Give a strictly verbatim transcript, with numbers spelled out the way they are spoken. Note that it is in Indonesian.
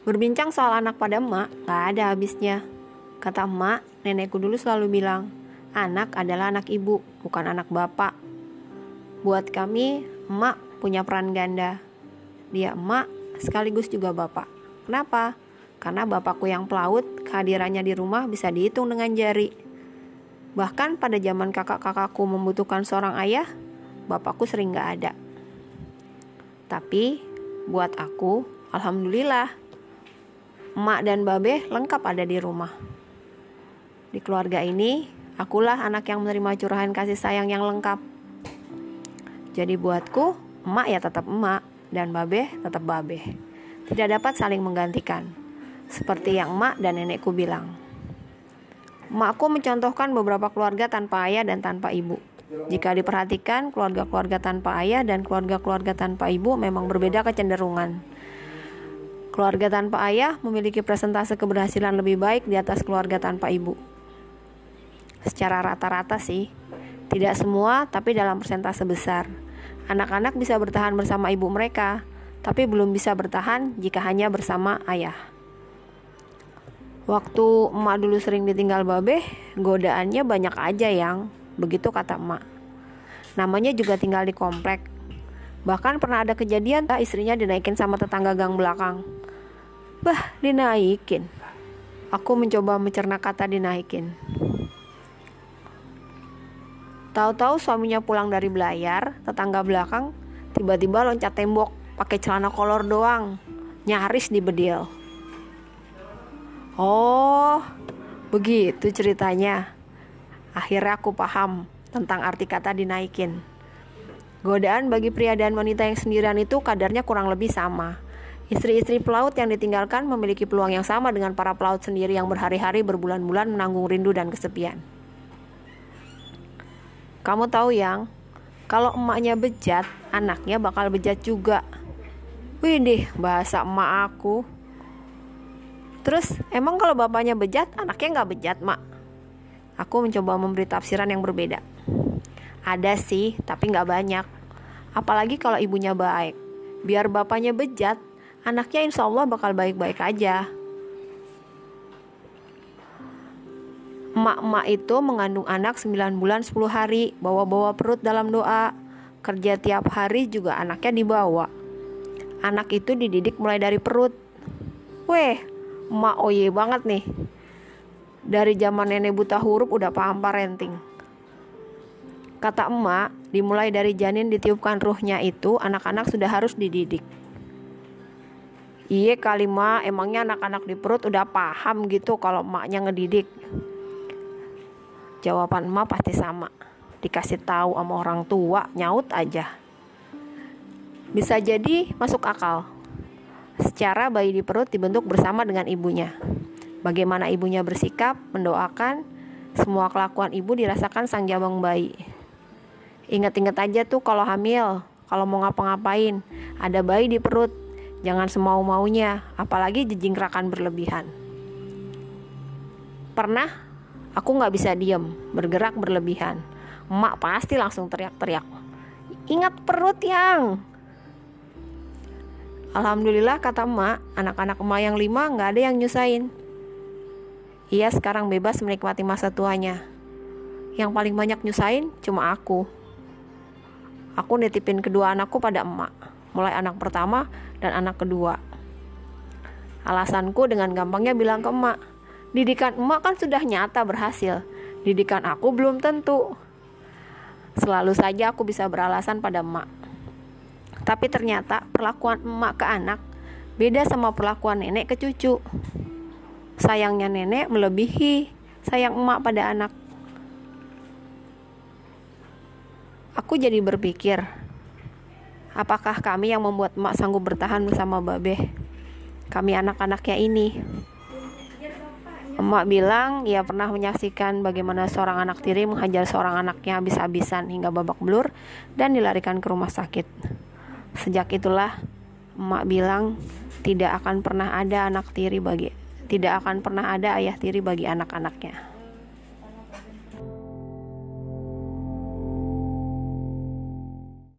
Berbincang soal anak pada emak gak ada habisnya. Kata emak, nenekku dulu selalu bilang, anak adalah anak ibu, bukan anak bapak. Buat kami, emak punya peran ganda. Dia emak sekaligus juga bapak. Kenapa? Karena bapakku yang pelaut, kehadirannya di rumah bisa dihitung dengan jari. Bahkan pada zaman kakak-kakakku membutuhkan seorang ayah, bapakku sering gak ada. Tapi buat aku, alhamdulillah, emak dan babe lengkap ada di rumah. Di keluarga ini, akulah anak yang menerima curahan kasih sayang yang lengkap. Jadi buatku, emak ya tetap emak, dan babe tetap babe. Tidak dapat saling menggantikan. Seperti yang emak dan nenekku bilang. Emakku mencontohkan beberapa keluarga tanpa ayah dan tanpa ibu. Jika diperhatikan, keluarga-keluarga tanpa ayah dan keluarga-keluarga tanpa ibu memang berbeda kecenderungan. Keluarga tanpa ayah memiliki persentase keberhasilan lebih baik di atas keluarga tanpa ibu. Secara rata-rata sih, tidak semua tapi dalam persentase besar. Anak-anak bisa bertahan bersama ibu mereka, tapi belum bisa bertahan jika hanya bersama ayah. Waktu emak dulu sering ditinggal babe, godaannya banyak aja yang, begitu kata emak. Namanya juga tinggal di komplek. Bahkan pernah ada kejadian tak istrinya dinaikin sama tetangga gang belakang. Bah, dinaikin. Aku mencoba mencerna kata dinaikin. Tahu-tahu suaminya pulang dari belayar, tetangga belakang tiba-tiba loncat tembok pakai celana kolor doang, nyaris dibedil. Oh, begitu ceritanya. Akhirnya aku paham tentang arti kata dinaikin. Godaan bagi pria dan wanita yang sendirian itu kadarnya kurang lebih sama. Istri-istri pelaut yang ditinggalkan memiliki peluang yang sama dengan para pelaut sendiri yang berhari-hari berbulan-bulan menanggung rindu dan kesepian. Kamu tahu yang, kalau emaknya bejat, anaknya bakal bejat juga. Widih, bahasa emak aku. Terus, emang kalau bapaknya bejat, anaknya gak bejat, mak? Aku mencoba memberi tafsiran yang berbeda. Ada sih, tapi gak banyak. Apalagi kalau ibunya baik. Biar bapaknya bejat, anaknya insya Allah bakal baik-baik aja. Emak-emak itu mengandung anak sembilan bulan sepuluh hari, bawa-bawa perut dalam doa. Kerja tiap hari juga anaknya dibawa. Anak itu dididik mulai dari perut. Weh, emak oye banget nih. Dari zaman nenek buta huruf udah paham parenting. Kata emak, dimulai dari janin ditiupkan ruhnya itu, anak-anak sudah harus dididik. Iye kali mak, emangnya anak-anak di perut udah paham gitu kalau emaknya ngedidik? Jawaban emak pasti sama. Dikasih tahu sama orang tua, nyaut aja. Bisa jadi masuk akal. Secara bayi di perut dibentuk bersama dengan ibunya. Bagaimana ibunya bersikap, mendoakan, semua kelakuan ibu dirasakan sang jabang bayi. Ingat-ingat aja tuh kalau hamil, kalau mau ngapa-ngapain, ada bayi di perut, jangan semau-maunya, apalagi jejingkrakan berlebihan. Pernah aku gak bisa diem, bergerak berlebihan. Emak pasti langsung teriak-teriak, ingat perut yang. Alhamdulillah kata emak, anak-anak emak yang lima gak ada yang nyusahin. Ia sekarang bebas menikmati masa tuanya. Yang paling banyak nyusahin cuma aku. Aku nitipin kedua anakku pada emak, mulai anak pertama dan anak kedua. Alasanku dengan gampangnya bilang ke emak, didikan emak kan sudah nyata berhasil, didikan aku belum tentu. Selalu saja aku bisa beralasan pada emak. Tapi ternyata perlakuan emak ke anak beda sama perlakuan nenek ke cucu. Sayangnya nenek melebihi sayang emak pada anak. Aku jadi berpikir, apakah kami yang membuat emak sanggup bertahan bersama babe? Kami anak-anaknya ini. Emak bilang ia pernah menyaksikan bagaimana seorang anak tiri menghajar seorang anaknya habis-habisan hingga babak belur dan dilarikan ke rumah sakit. Sejak itulah emak bilang tidak akan pernah ada anak tiri bagi tidak akan pernah ada ayah tiri bagi anak-anaknya.